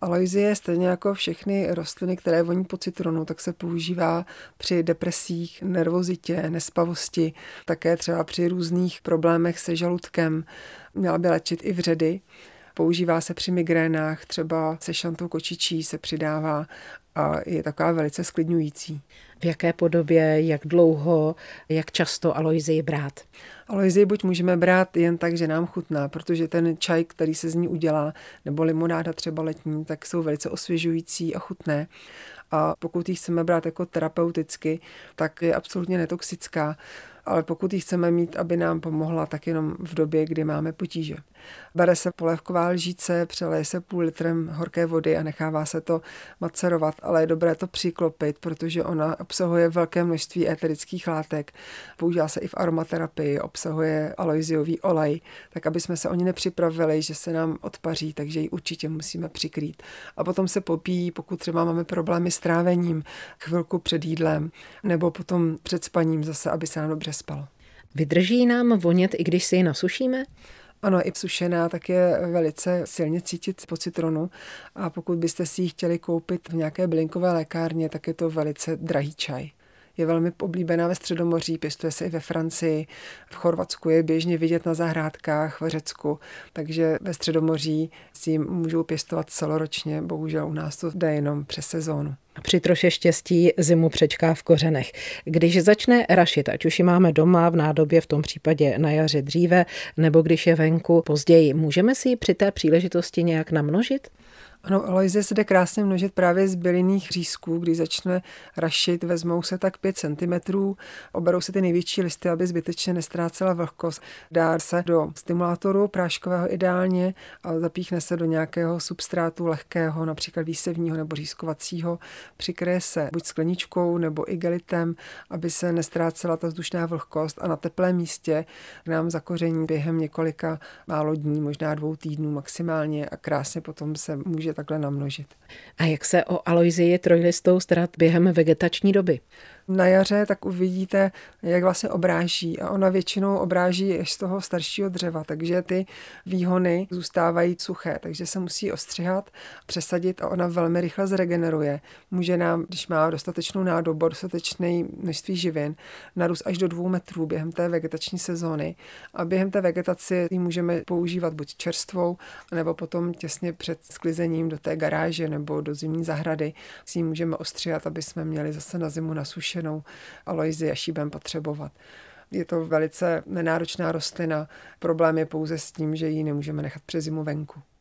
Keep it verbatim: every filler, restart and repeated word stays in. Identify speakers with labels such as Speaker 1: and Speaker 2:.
Speaker 1: Aloizie, stejně jako všechny rostliny, které voní po citronu, tak se používá při depresích, nervozitě, nespavosti, také třeba při různých problémech se žaludkem. Měla by léčit i vředy. Používá se při migrénách, třeba se šantou kočičí se přidává a je taková velice sklidňující.
Speaker 2: V jaké podobě, jak dlouho, jak často aloizii brát?
Speaker 1: Aloizii buď můžeme brát jen tak, že nám chutná, protože ten čaj, který se z ní udělá, nebo limonáda třeba letní, tak jsou velice osvěžující a chutné. A pokud ji chceme brát jako terapeuticky, tak je absolutně netoxická. Ale pokud ji chceme mít, aby nám pomohla, tak jenom v době, kdy máme potíže. Bere se polévková lžíce, přeleje se půl litrem horké vody a nechává se to macerovat, ale je dobré to přiklopit, protože ona obsahuje velké množství éterických látek. Používá se i v aromaterapii, obsahuje aloiziový olej, tak aby jsme se o ní nepřipravili, že se nám odpaří, takže ji určitě musíme přikrýt. A potom se popíjí, pokud třeba máme problémy s trávením, chvilku před jídlem, nebo potom před spaním zase, aby se nám dobře spalo.
Speaker 2: Vydrží nám vonět, i když si ji nasušíme?
Speaker 1: Ano, i sušená tak je velice silně cítit po citronu a pokud byste si ji chtěli koupit v nějaké bylinkové lékárně, tak je to velice drahý čaj. Je velmi oblíbená ve Středomoří, pěstuje se i ve Francii, v Chorvatsku je běžně vidět na zahrádkách, v Řecku, takže ve Středomoří si ji můžou pěstovat celoročně, bohužel u nás to jde jenom přes sezónu.
Speaker 2: A při troše štěstí zimu přečká v kořenech. Když začne rašit, ať už ji máme doma v nádobě, v tom případě na jaře dříve, nebo když je venku později, můžeme si ji při té příležitosti nějak namnožit?
Speaker 1: Ano, aloizie se jde krásně množit právě z bylinných řízků, když začne rašit, vezmou se tak pět centimetrů, oberou se ty největší listy, aby zbytečně nestrácela vlhkost. Dá se do stimulátoru práškového ideálně a zapíchne se do nějakého substrátu lehkého, například výsevního nebo řízkovacího. Přikryje se buď skleničkou nebo igelitem, aby se nestrácela ta vzdušná vlhkost a na teplém místě nám zakoření během několika málo dní, možná dvou týdnů maximálně a krásně potom se může takhle namnožit.
Speaker 2: A jak se o aloizii trojlistou starat během vegetační doby?
Speaker 1: Na jaře tak uvidíte, jak vlastně obráží a ona většinou obráží až z toho staršího dřeva, takže ty výhony zůstávají suché, takže se musí ostřihat, přesadit a ona velmi rychle zregeneruje. Může nám, když má dostatečnou nádobu, dostatečné množství živin, narůst až do dvou metrů během té vegetační sezóny a během té vegetace ji můžeme používat buď čerstvou, nebo potom těsně před sklizením do té garáže nebo do zimní zahrady si ji můžeme ostřihat, aby jsme měli zase na zimu nasušenou aloizii, až ji budeme potřebovat. Je to velice nenáročná rostlina. Problém je pouze s tím, že ji nemůžeme nechat přes zimu venku.